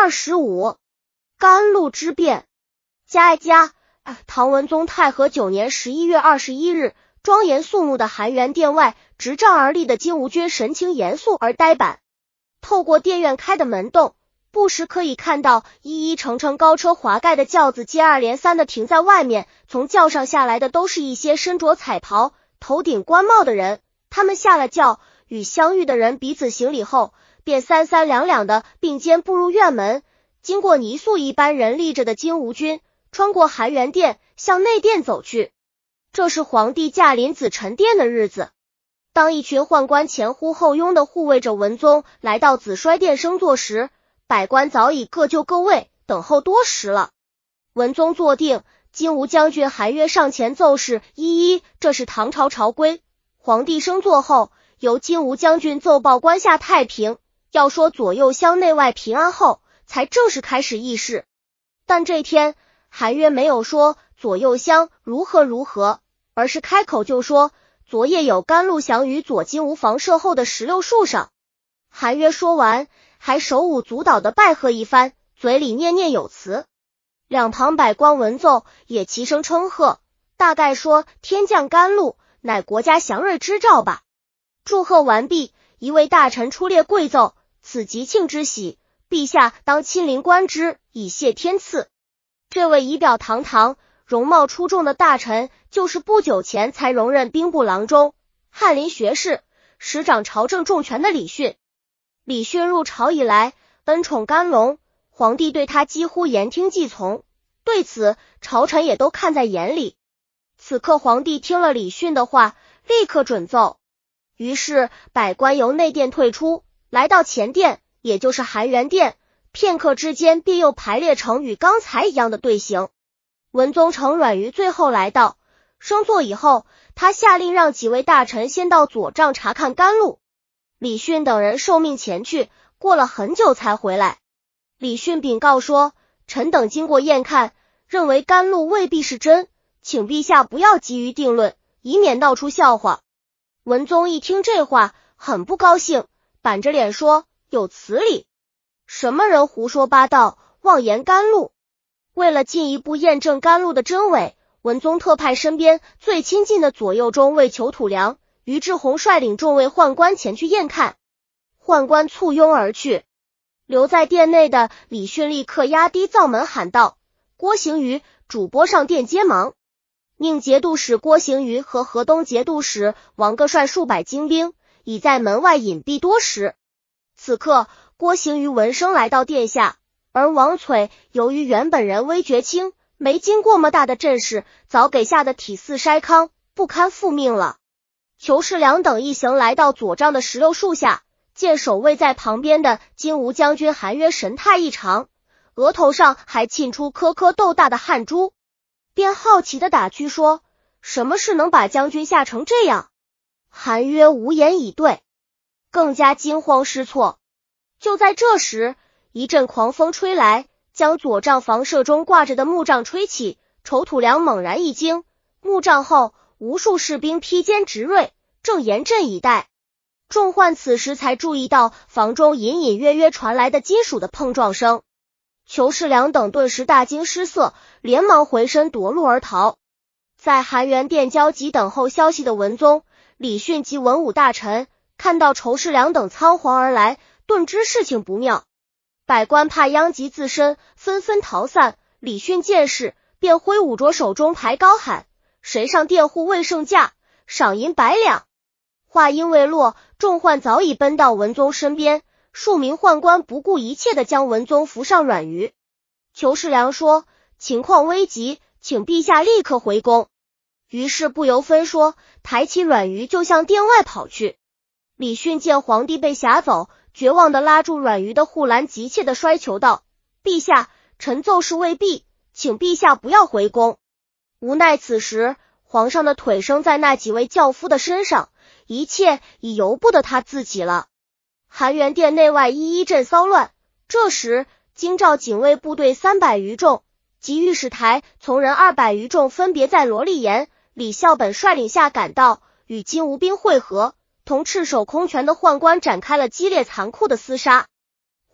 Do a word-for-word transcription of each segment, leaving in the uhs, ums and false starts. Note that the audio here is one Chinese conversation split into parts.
二十五，甘露之变。加加，唐文宗太和九年十一月二十一日，庄严肃穆的含元殿外，执杖而立的金吾君神情严肃而呆板。透过殿院开的门洞，不时可以看到一一乘乘高车华盖的轿子接二连三的停在外面，从轿上下来的都是一些身着彩袍、头顶冠帽的人。他们下了轿，与相遇的人彼此行礼后，便三三两两的并肩步入院门，经过泥塑一般人立着的金吾君，穿过含元殿向内殿走去。这是皇帝驾临紫宸殿的日子。当一群宦官前呼后拥的护卫着文宗来到紫衰殿升座时，百官早已各就各位，等候多时了。文宗坐定，金吾将军韩约上前奏事：一一，这是唐朝朝规，皇帝升座后，由金吾将军奏报关下太平，要说左右乡内外平安后，才正式开始议事。但这天韩约没有说左右乡如何如何，而是开口就说昨夜有甘露降于左金吾房舍后的石榴树上。韩约说完，还手舞足蹈的拜贺一番，嘴里念念有词。两旁百官闻奏，也齐声称贺，大概说天降甘露，乃国家祥瑞之兆吧。祝贺完毕，一位大臣出列跪奏：此吉庆之喜，陛下当亲临观之，以谢天赐。这位仪表堂堂、容貌出众的大臣，就是不久前才荣任兵部郎中、翰林学士、执掌朝政重权的李训。李训入朝以来，恩宠甘隆，皇帝对他几乎言听计从，对此朝臣也都看在眼里。此刻皇帝听了李训的话，立刻准奏。于是百官由内殿退出，来到前殿，也就是含元殿，片刻之间便又排列成与刚才一样的队形。文宗乘阮于最后来到，升座以后，他下令让几位大臣先到左帐查看甘露。李训等人受命前去，过了很久才回来。李训禀告说，臣等经过验看，认为甘露未必是真，请陛下不要急于定论，以免闹出笑话。文宗一听这话，很不高兴，板着脸说，有此理，什么人胡说八道，妄言甘露。为了进一步验证甘露的真伪，文宗特派身边最亲近的左右中尉裘土良、于志宏率领众位宦官前去验看。宦官簇拥而去，留在殿内的李训立刻压低灶门喊道：郭行瑜，主播上殿接忙。宁节度使郭行瑜和河东节度使王各率数百精兵，已在门外隐蔽多时。此刻郭行瑜闻声来到殿下，而王璀由于原本人微觉轻，没经过么大的阵势，早给吓得体似筛糠，不堪复命了。裘世良等一行来到左帐的石榴树下，见守卫在旁边的金吾将军韩约神态异常，额头上还沁出颗颗豆大的汗珠，便好奇的打趣说，什么事能把将军吓成这样？韩约无言以对，更加惊慌失措。就在这时，一阵狂风吹来，将左帐房舍中挂着的木杖吹起。裘土良猛然一惊，木杖后无数士兵披坚执锐，正严阵以待。众宦此时才注意到房中隐隐约约传来的金属的碰撞声。裘世良等顿时大惊失色，连忙回身夺路而逃。在含元殿焦急等候消息的文宗、李训及文武大臣看到裘世良等仓皇而来，顿知事情不妙。百官怕殃及自身，纷纷逃散。李训见势，便挥舞着手中牌高喊，谁上殿护卫圣驾，赏银百两。话音未落，众宦早已奔到文宗身边，数名宦官不顾一切地将文宗扶上阮舆。裘世良说，情况危急，请陛下立刻回宫。于是不由分说，抬起阮舆就向殿外跑去。李训见皇帝被挟走，绝望地拉住阮舆的护栏，急切地衰求道，陛下，臣奏事未毕，请陛下不要回宫。无奈此时皇上的腿生在那几位轿夫的身上，一切已由不得他自己了。含元殿内外一一阵骚乱，这时京兆警卫部队三百余众及御史台从人二百余众分别在罗立言、李孝本率领下赶到，与金吾兵会合，同赤手空拳的宦官展开了激烈残酷的厮杀。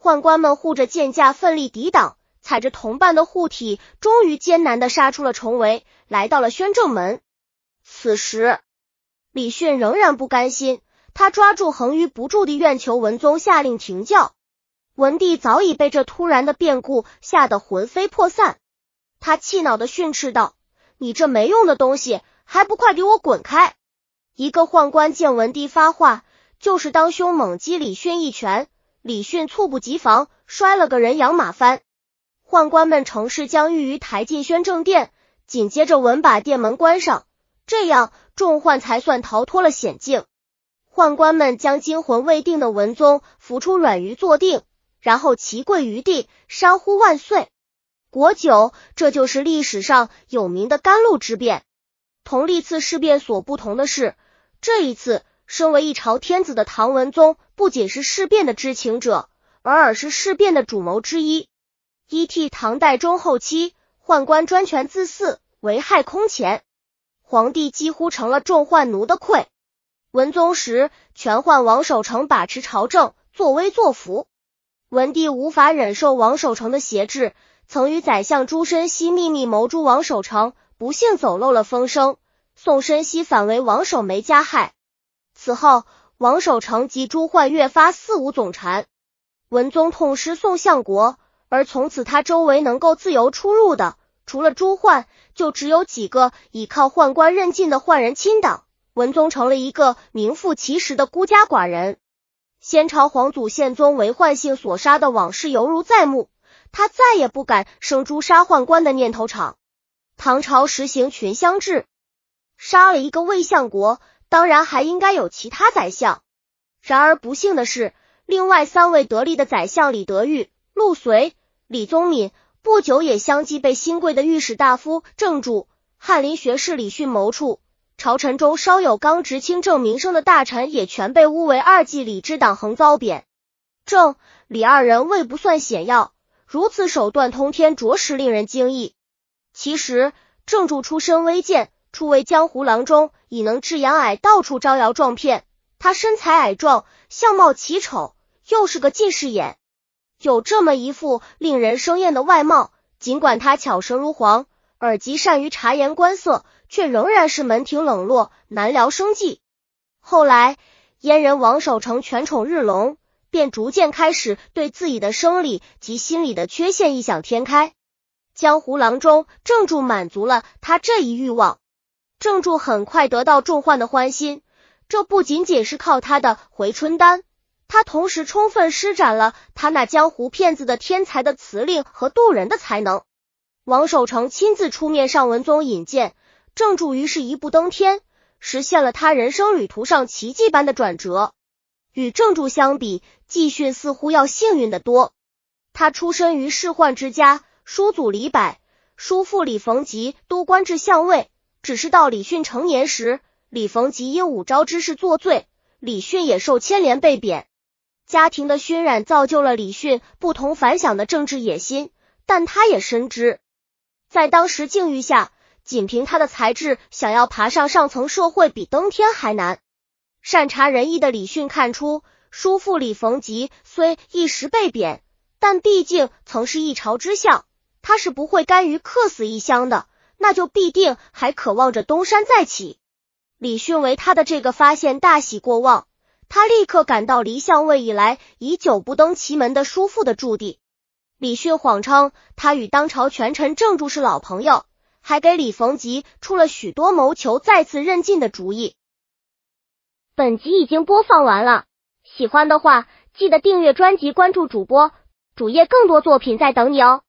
宦官们护着剑架奋力抵挡，踩着同伴的护体，终于艰难地杀出了重围，来到了宣政门。此时李训仍然不甘心，他抓住横于不住的愿求文宗下令停教。文帝早已被这突然的变故吓得魂飞魄散，他气恼地训斥道：你这没用的东西，还不快给我滚开！一个宦官见文帝发话，就是当胸猛击李训一拳，李训猝不及防，摔了个人仰马翻。宦官们乘势将御舆抬进宣政殿，紧接着文把殿门关上，这样众宦才算逃脱了险境。宦官们将惊魂未定的文宗扶出软舆坐定，然后齐跪于地，山呼万岁。国九，这就是历史上有名的甘露之变。同历次事变所不同的是，这一次身为一朝天子的唐文宗不仅是事变的知情者，而是事变的主谋之一。一替唐代中后期，宦官专权自肆，危害空前，皇帝几乎成了众宦奴的傀。文宗时，权宦王守成把持朝政，作威作福。文帝无法忍受王守成的挟制，曾与宰相朱深曦秘密谋诛王守成，不幸走漏了风声，宋深曦反为王守梅加害。此后，王守成及诸宦越发肆无总禅。文宗痛失宋相国，而从此他周围能够自由出入的，除了诸宦，就只有几个倚靠宦官任进的宦人亲党。文宗成了一个名副其实的孤家寡人。先朝皇祖宪宗为宦性所杀的往事犹如在目，他再也不敢生诛杀宦官的念头场。唐朝实行群相制，杀了一个魏相国，当然还应该有其他宰相。然而不幸的是，另外三位得力的宰相李德裕、陆随、李宗闵不久也相继被新贵的御史大夫郑注、翰林学士李训谋处。朝臣中稍有刚直清正名声的大臣也全被诬为二季李之党，横遭贬。郑、李二人未不算显要，如此手段通天，着实令人惊异。其实郑注出身微贱，初为江湖郎中，已能治养矮，到处招摇撞骗。他身材矮壮，相貌奇丑，又是个近视眼，有这么一副令人生厌的外貌，尽管他巧舌如簧，耳极善于察言观色，却仍然是门庭冷落，难聊生计。后来燕人王守成权宠日隆，便逐渐开始对自己的生理及心理的缺陷异想天开。江湖郎中郑注满足了他这一欲望。郑注很快得到众宦的欢心，这不仅仅是靠他的回春丹，他同时充分施展了他那江湖骗子的天才的辞令和渡人的才能。王守成亲自出面向文宗引荐，郑注于是一步登天，实现了他人生旅途上奇迹般的转折。与郑注相比，纪训似乎要幸运得多。他出身于仕宦之家，叔祖李柏、叔父李逢吉都官至相位，只是到李训成年时，李逢吉因武招之事作罪，李训也受牵连被贬。家庭的熏染造就了李训不同凡响的政治野心，但他也深知，在当时境遇下，仅凭他的才智，想要爬上上层社会比登天还难。善察人意的李训看出，叔父李逢吉虽一时被贬，但毕竟曾是一朝之相，他是不会甘于客死异乡的，那就必定还渴望着东山再起。李训为他的这个发现大喜过望，他立刻赶到离相位以来已久不登其门的叔父的驻地。李训谎称他与当朝权臣郑注是老朋友，还给李逢吉出了许多谋求再次任进的主意。本集已经播放完了，喜欢的话记得订阅专辑，关注主播，主页更多作品在等你哦。